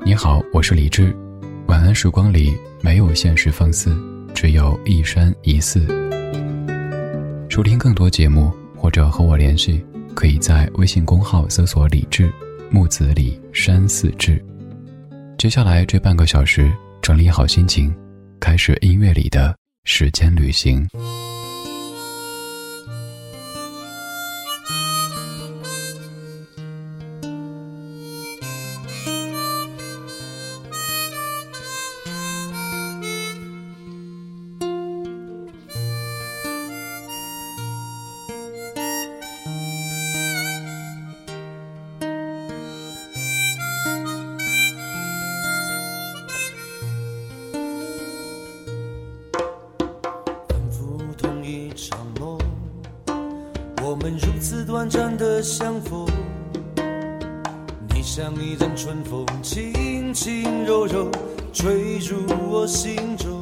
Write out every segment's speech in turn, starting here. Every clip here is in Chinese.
你好，我是李志。晚安时光里没有现实放肆，只有一山一寺。收听更多节目或者和我联系，可以在微信公号搜索李志，木子李，山寺志。接下来这半个小时，整理好心情，开始音乐里的时间旅行。 我们如此短暂的相逢，你像一阵春风，轻轻柔柔吹入我心中。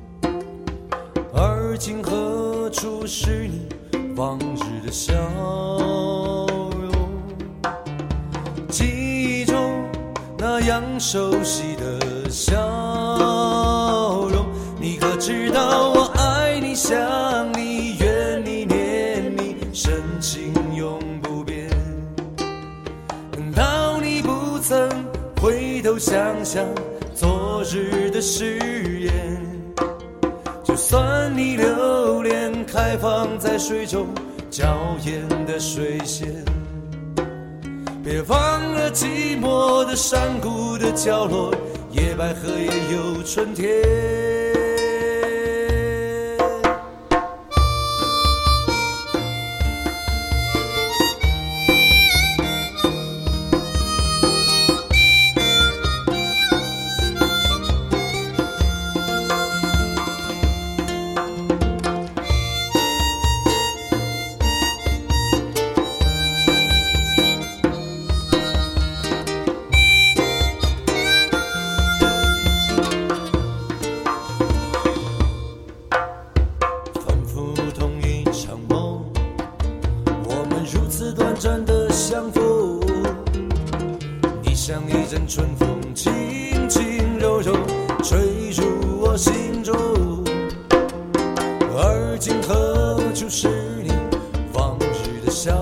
而今何处是你往日的笑容？记忆中那样熟悉的笑容，你可知道我爱你，想你，怨你，念你，深情永不变。等到你不曾回头想想昨日的誓言，就算你留恋开放在水中娇艳的水仙，别忘了寂寞的山谷的角落，野百合也有春天。像一阵春风，轻轻柔柔吹入我心中。而今何处是你往日的笑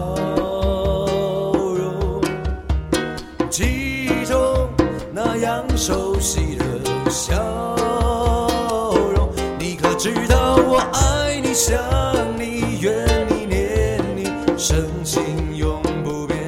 容？记忆中那样熟悉的笑容，你可知道我爱你，想你，怨你，念你，深情永不变。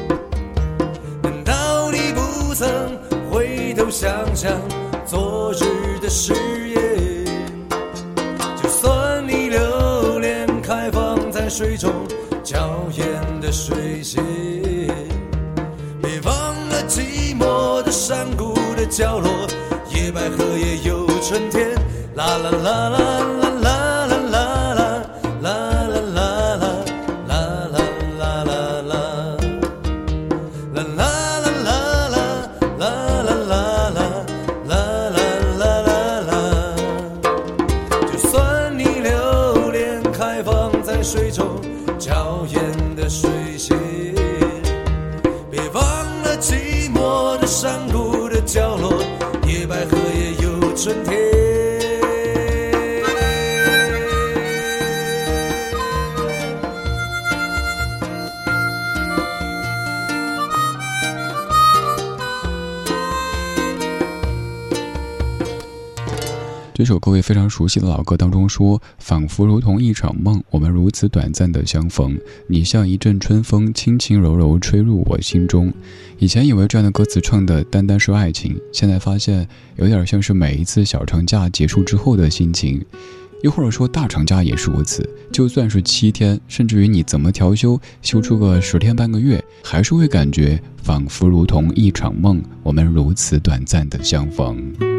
回头想想昨日的誓言，就算你留恋开放在水中娇艳的水仙，别忘了寂寞的山谷的角落，野百合也有春天。啦啦啦啦啦啦啦啦啦啦啦啦啦啦啦啦啦。水中娇艳的水仙，别忘了寂寞的山谷的角落，野百合也有春天。 这首各位非常熟悉的老歌当中说，仿佛如同一场梦，我们如此短暂的相逢，你像一阵春风，轻轻柔柔吹入我心中。以前以为这样的歌词唱的单单是爱情，现在发现有点像是每一次小长假结束之后的心情，又或者说大长假也是如此，就算是7天，甚至于你怎么调休，休出个10天半个月，还是会感觉仿佛如同一场梦，我们如此短暂的相逢。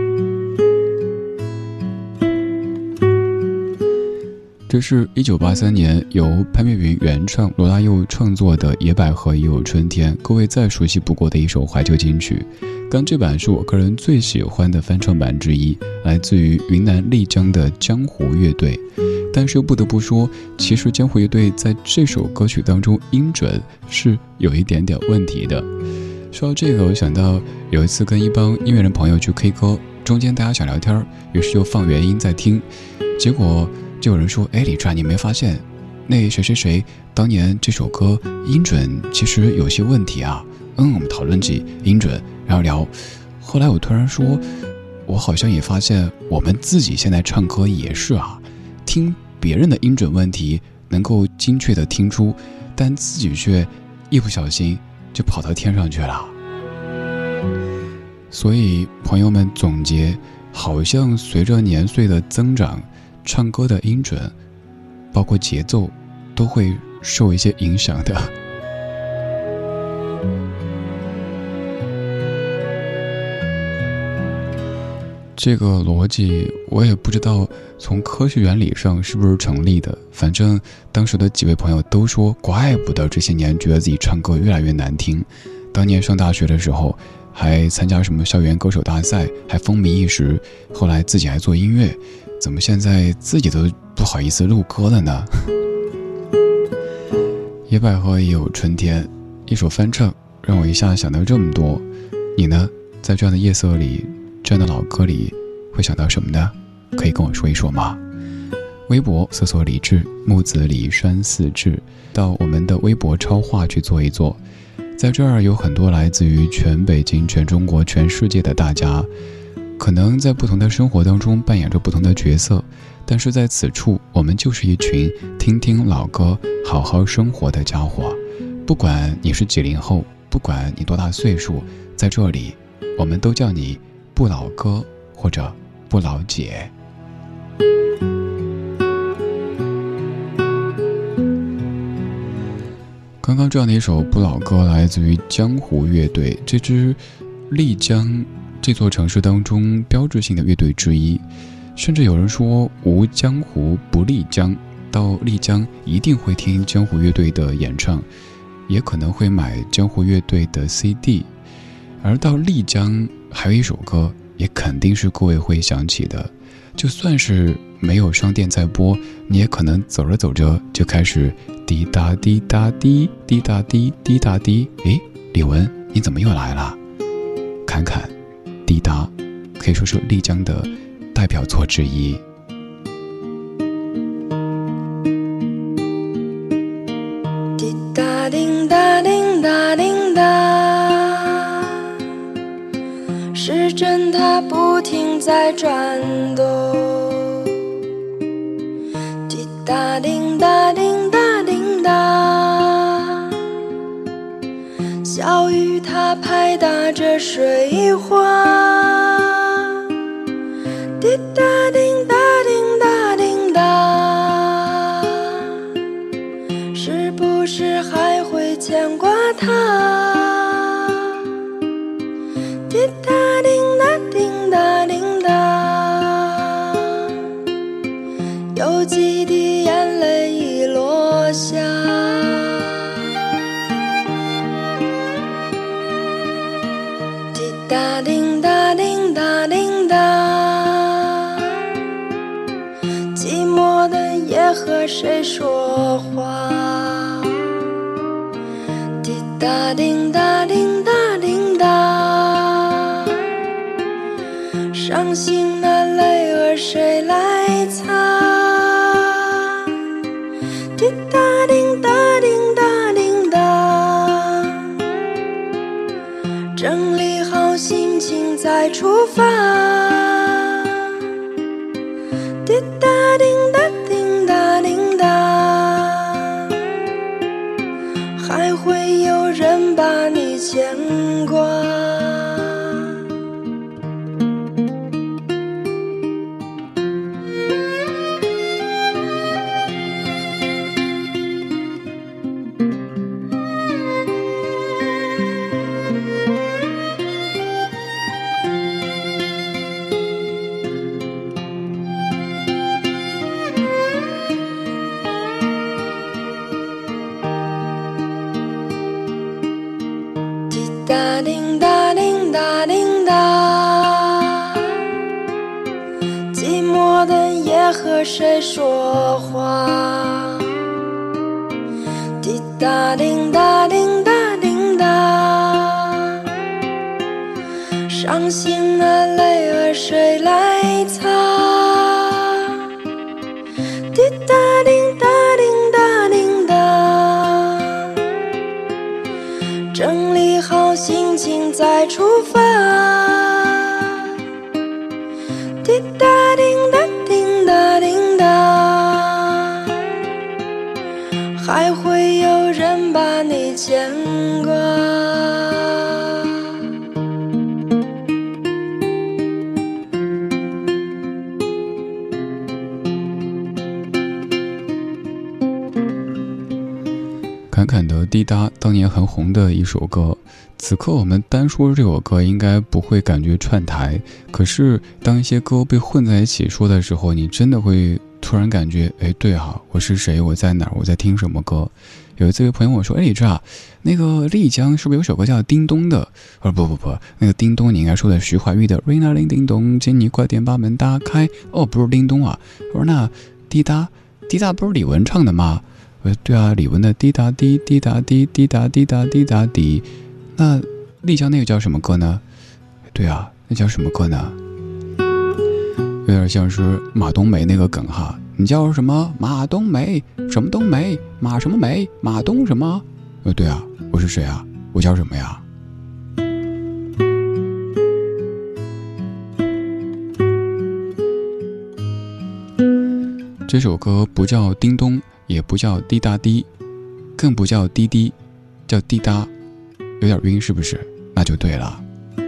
这是1983年由潘越云原创，罗大佑创作的《野百合也有春天》，各位再熟悉不过的一首怀旧金曲。刚这版是我个人最喜欢的翻唱版之一，来自于云南丽江的江湖乐队。但是又不得不说，其实江湖乐队在这首歌曲当中音准是有一点点问题的。 说到这个，我想到有一次跟一帮音乐人朋友去 K 歌，中间大家想聊天，于是就放原音在听，结果就有人说：“哎，李川，你没发现那谁谁谁当年这首歌音准其实有些问题啊？”我们讨论起音准，然后聊。后来我突然说，我好像也发现我们自己现在唱歌也是啊，听别人的音准问题能够精确的听出，但自己却一不小心就跑到天上去了。所以朋友们总结，好像随着年岁的增长，唱歌的音准包括节奏都会受一些影响的。这个逻辑我也不知道从科学原理上是不是成立的，反正当时的几位朋友都说，怪不得这些年觉得自己唱歌越来越难听。当年上大学的时候还参加什么校园歌手大赛，还风靡一时，后来自己还做音乐，怎么现在自己都不好意思录歌了呢？野百合也有春天，一首翻唱让我一下想到这么多。你呢，在这样的夜色里，这样的老歌里会想到什么呢？可以跟我说一说吗？微博搜索李志，木子李山四志，到我们的微博超话去做一做。在这儿有很多来自于全北京、全中国、全世界的大家，可能在不同的生活当中扮演着不同的角色，但是在此处我们就是一群听听老歌好好生活的家伙。不管你是90后，不管你多大岁数，在这里我们都叫你不老哥或者不老姐。刚刚这样的一首不老歌来自于江湖乐队，这支丽江这座城市当中标志性的乐队之一，甚至有人说无江湖不丽江，到丽江一定会听江湖乐队的演唱，也可能会买江湖乐队的 CD。 而到丽江还有一首歌也肯定是各位会想起的，就算是没有商店在播，你也可能走着走着就开始滴答滴答滴，滴答滴，滴答滴。诶，李玟你怎么又来了？侃侃滴答可以说是丽江的代表作之一。 滴答叮答叮答叮答，时针它不停在转动。滴答叮答叮答叮答，小雨它拍打着水花。滴答叮答叮答叮答，是不是还会牵挂他？滴答叮答叮答叮答，有几滴眼泪已落下。滴答叮答叮答叮答，寂寞的夜和谁说话？滴答叮答叮答叮答，伤心的泪儿谁来擦？滴答叮答叮答叮答，整理好心情再出发。滴答叮答叮答叮答，还会有人把你牵挂。滴答叮答叮答叮答，寂寞的夜和谁说话？滴答叮答叮答叮答， 伤心的泪儿谁来擦？滴答叮答叮答叮答，整理好心情再出发。滴答叮答叮答叮答，还会有人把你牵挂。 侃侃的滴答，当年很红的一首歌。此刻我们单说这首歌应该不会感觉串台，可是当一些歌被混在一起说的时候，你真的会突然感觉，哎，对啊，我是谁，我在哪儿，我在听什么歌。有一次有朋友我说，哎，你知道那个丽江是不是有首歌叫叮咚的？我说不，那个叮咚你应该说的徐怀钰的 Ring a ring 叮咚，请你快点把门打开。哦，不是叮咚啊。我说那滴答滴答不是李玟唱的吗？对啊，李玟的滴答滴滴答滴滴答滴答滴答滴。那丽江那个叫什么歌呢？对啊，那叫什么歌呢？有点像是马冬梅那个梗哈。你叫什么？马冬梅？什么冬梅？马什么梅？马冬什么？对啊，我是谁啊？我叫什么呀？这首歌不叫叮咚，也不叫滴答滴，更不叫滴滴，叫滴答，有点晕是不是？那就对了。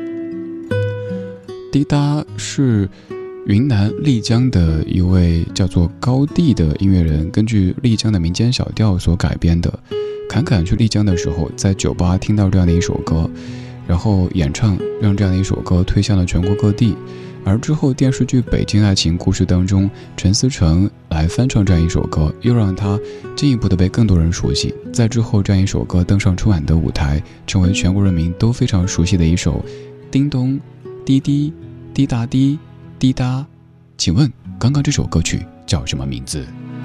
滴答是云南丽江的一位叫做高地的音乐人，根据丽江的民间小调所改编的。侃侃去丽江的时候，在酒吧听到这样的一首歌，然后演唱，让这样的一首歌推向了全国各地。而之后电视剧《北京爱情故事》当中，陈思诚来翻唱这样一首歌，又让他进一步的被更多人熟悉。在之后这样一首歌登上春晚的舞台，成为全国人民都非常熟悉的一首叮咚滴滴滴答滴滴答。请问刚刚这首歌曲叫什么名字？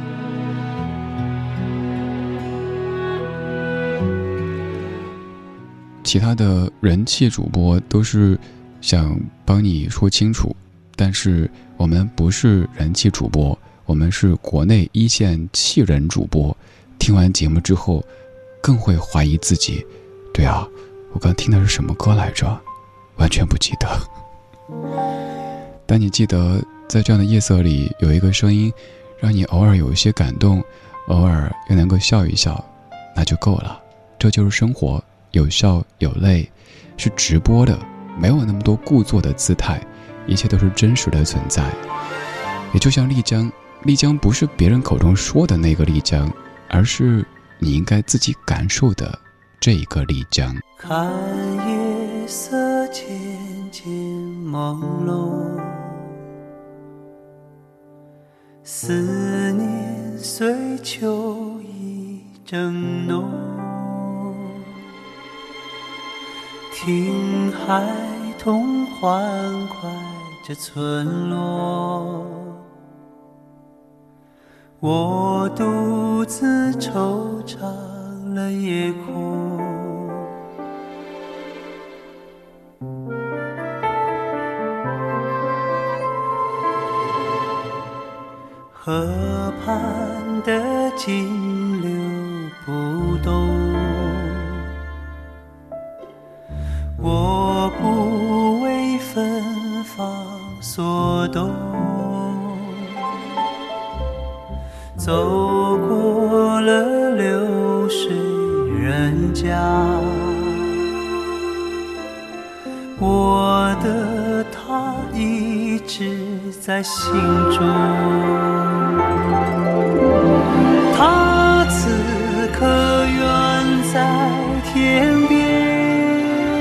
其他的人气主播都是想帮你说清楚，但是我们不是人气主播，我们是国内一线气人主播。听完节目之后更会怀疑自己，对啊，我刚听的是什么歌来着？完全不记得。但你记得在这样的夜色里有一个声音让你偶尔有一些感动，偶尔又能够笑一笑，那就够了。这就是生活，有笑有泪，是直播的，没有那么多故作的姿态，一切都是真实的存在。也就像丽江，丽江不是别人口中说的那个丽江，而是你应该自己感受的这一个丽江。 看夜色渐渐朦胧，思念随秋意正浓，听孩童欢快着村落，我独自惆怅了夜空。河畔的金流不动，我不为芬芳所动，走过了流水人家，我的他一直在心中。他此刻远在天边，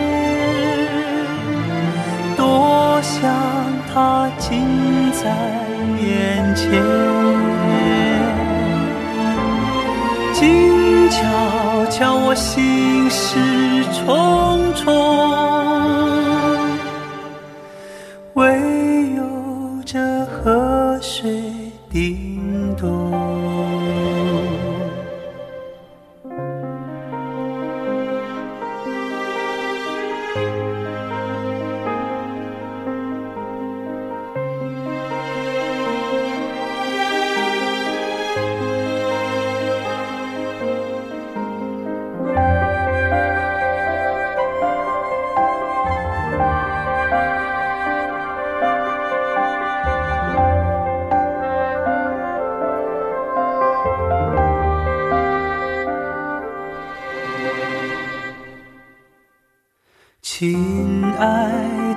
多想他近在眼前，静悄悄我心事重重，唯有这河水叮咚。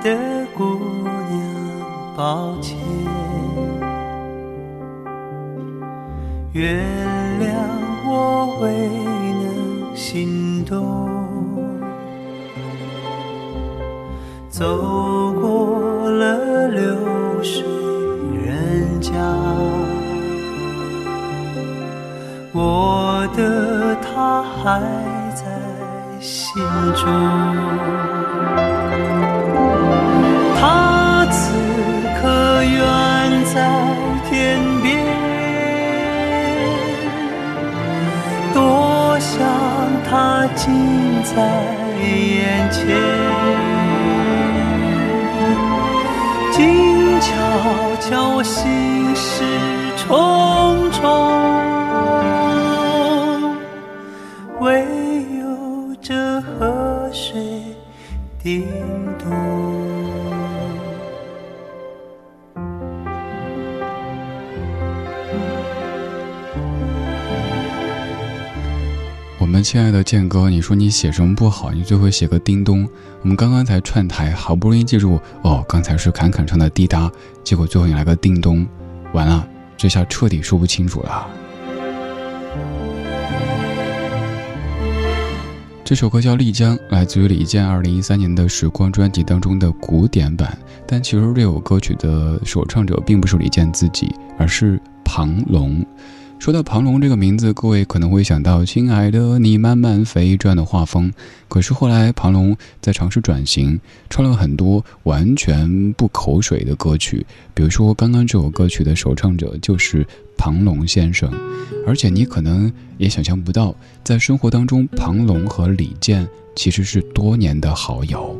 的姑娘，抱歉，原谅我未能心动，走过了流水人家，我的他还在心中，他此刻远在天边，多想他近在眼前，静悄悄我心事重重，唯有这河水叮咚。 我们亲爱的健哥，你说你写什么不好，你最后写个叮咚。我们刚刚才串台，好不容易记住哦，刚才是侃侃唱的滴答，结果最后你来个叮咚，完了，这下彻底说不清楚了。这首歌叫《丽江》，来自于李健2013年的《时光》专辑当中的古典版，但其实这首歌曲的首唱者并不是李健自己，而是庞龙。说到庞龙这个名字，各位可能会想到亲爱的你慢慢飞这样的画风，可是后来庞龙在尝试转型，唱了很多完全不口水的歌曲，比如说刚刚这首歌曲的首唱者就是庞龙先生。而且你可能也想象不到，在生活当中庞龙和李健其实是多年的好友。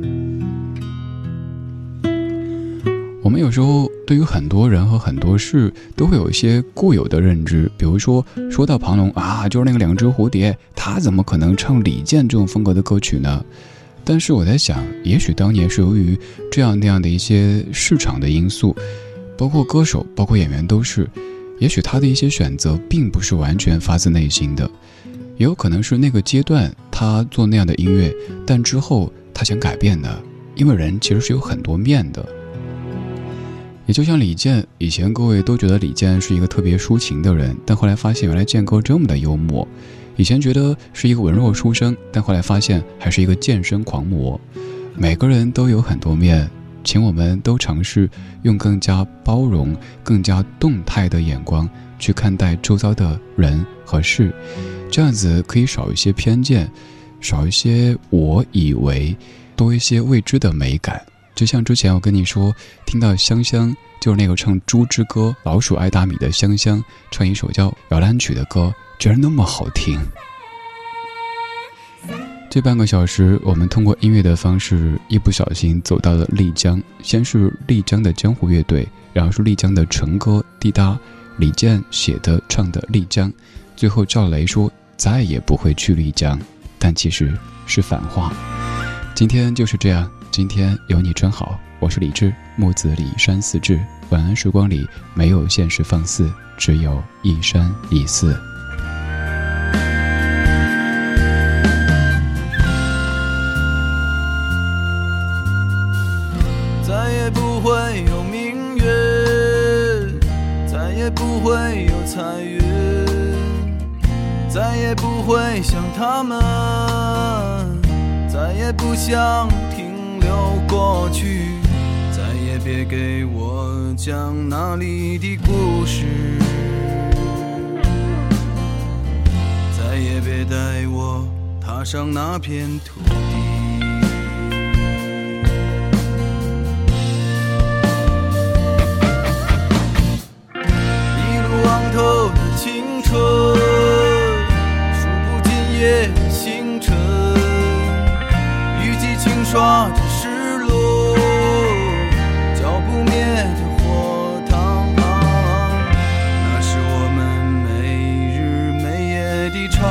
我们有时候对于很多人和很多事都会有一些固有的认知，比如说到庞龙啊，就是那个两只蝴蝶，他怎么可能唱李健这种风格的歌曲呢？但是我在想，也许当年是由于这样那样的一些市场的因素，包括歌手包括演员都是，也许他的一些选择并不是完全发自内心的，也有可能是那个阶段他做那样的音乐，但之后他想改变的，因为人其实是有很多面的。也就像李健，以前各位都觉得李健是一个特别抒情的人，但后来发现原来健哥这么的幽默。以前觉得是一个文弱书生，但后来发现还是一个健身狂魔。每个人都有很多面，请我们都尝试用更加包容更加动态的眼光去看待周遭的人和事，这样子可以少一些偏见，少一些我以为，多一些未知的美感。就像之前我跟你说，听到香香，就是那个唱《猪之歌》老鼠爱大米的香香，唱一首叫《摇篮曲》的歌，居然那么好听。这半个小时我们通过音乐的方式一不小心走到了丽江，先是丽江的江湖乐队，然后是丽江的纯歌滴答，李健写的唱的丽江，最后赵雷说再也不会去丽江，但其实是反话。今天就是这样，今天有你真好，我是李志，木子李山四志。晚安时光里没有现实放肆，只有一山一寺。 再也不会有明月，再也不会有彩云，再也不会想他们，再也不想停留过去，再也别给我讲那里的故事，再也别带我踏上那片土地。一路望头的青春，数不尽夜的星辰，雨季轻刷着失落，浇不灭的火塘，那是我们没日没夜的唱，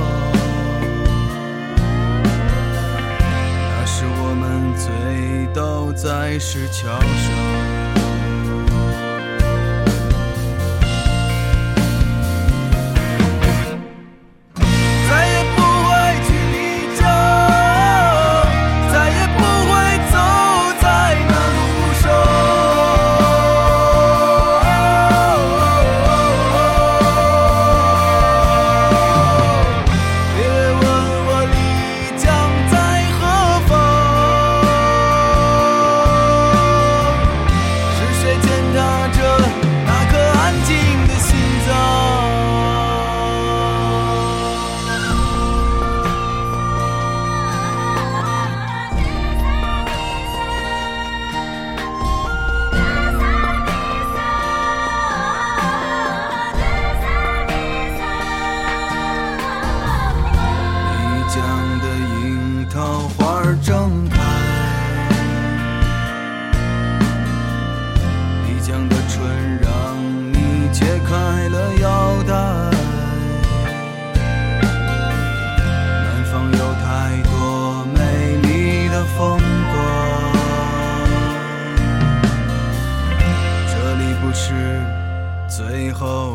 那是我们醉倒在石桥上。再也不会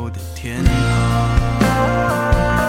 的天堂。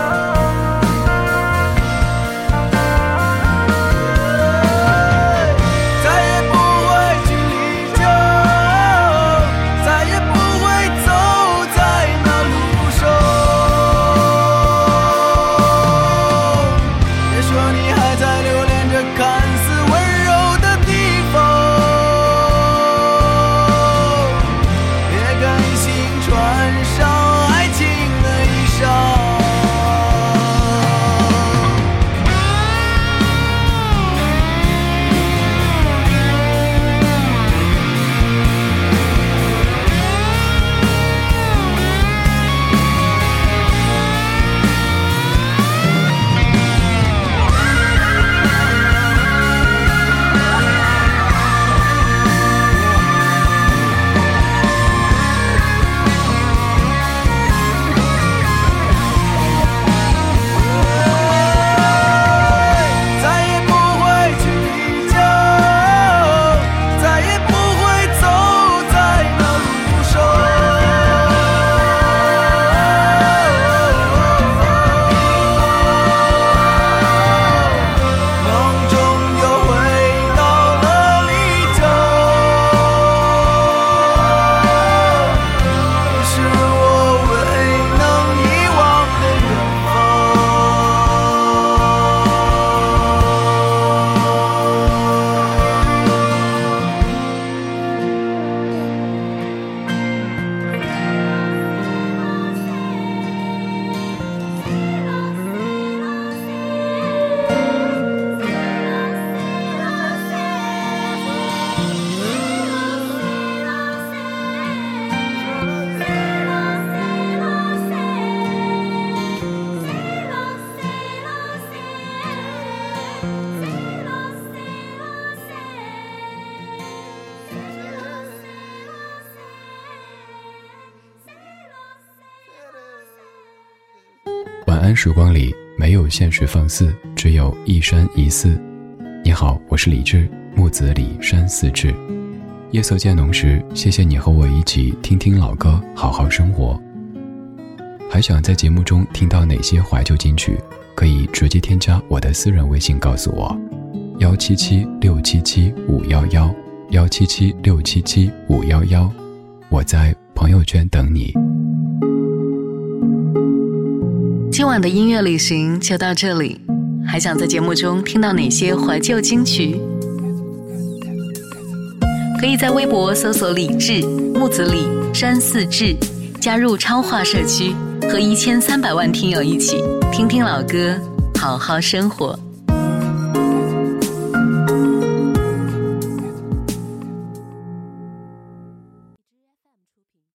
晚安时光里没有现实放肆，只有一山一寺。你好，我是李志，木子李山寺志。夜色渐浓时，谢谢你和我一起听听老歌，好好生活。还想在节目中听到哪些怀旧金曲，可以直接添加我的私人微信告诉我，177677511，177677511，我在朋友圈等你。 今晚的音乐旅行就到这里，还想在节目中听到哪些怀旧金曲？可以在微博搜索李志、木子李、山寺志，加入超话社区，和1300万听友一起听听老歌，好好生活。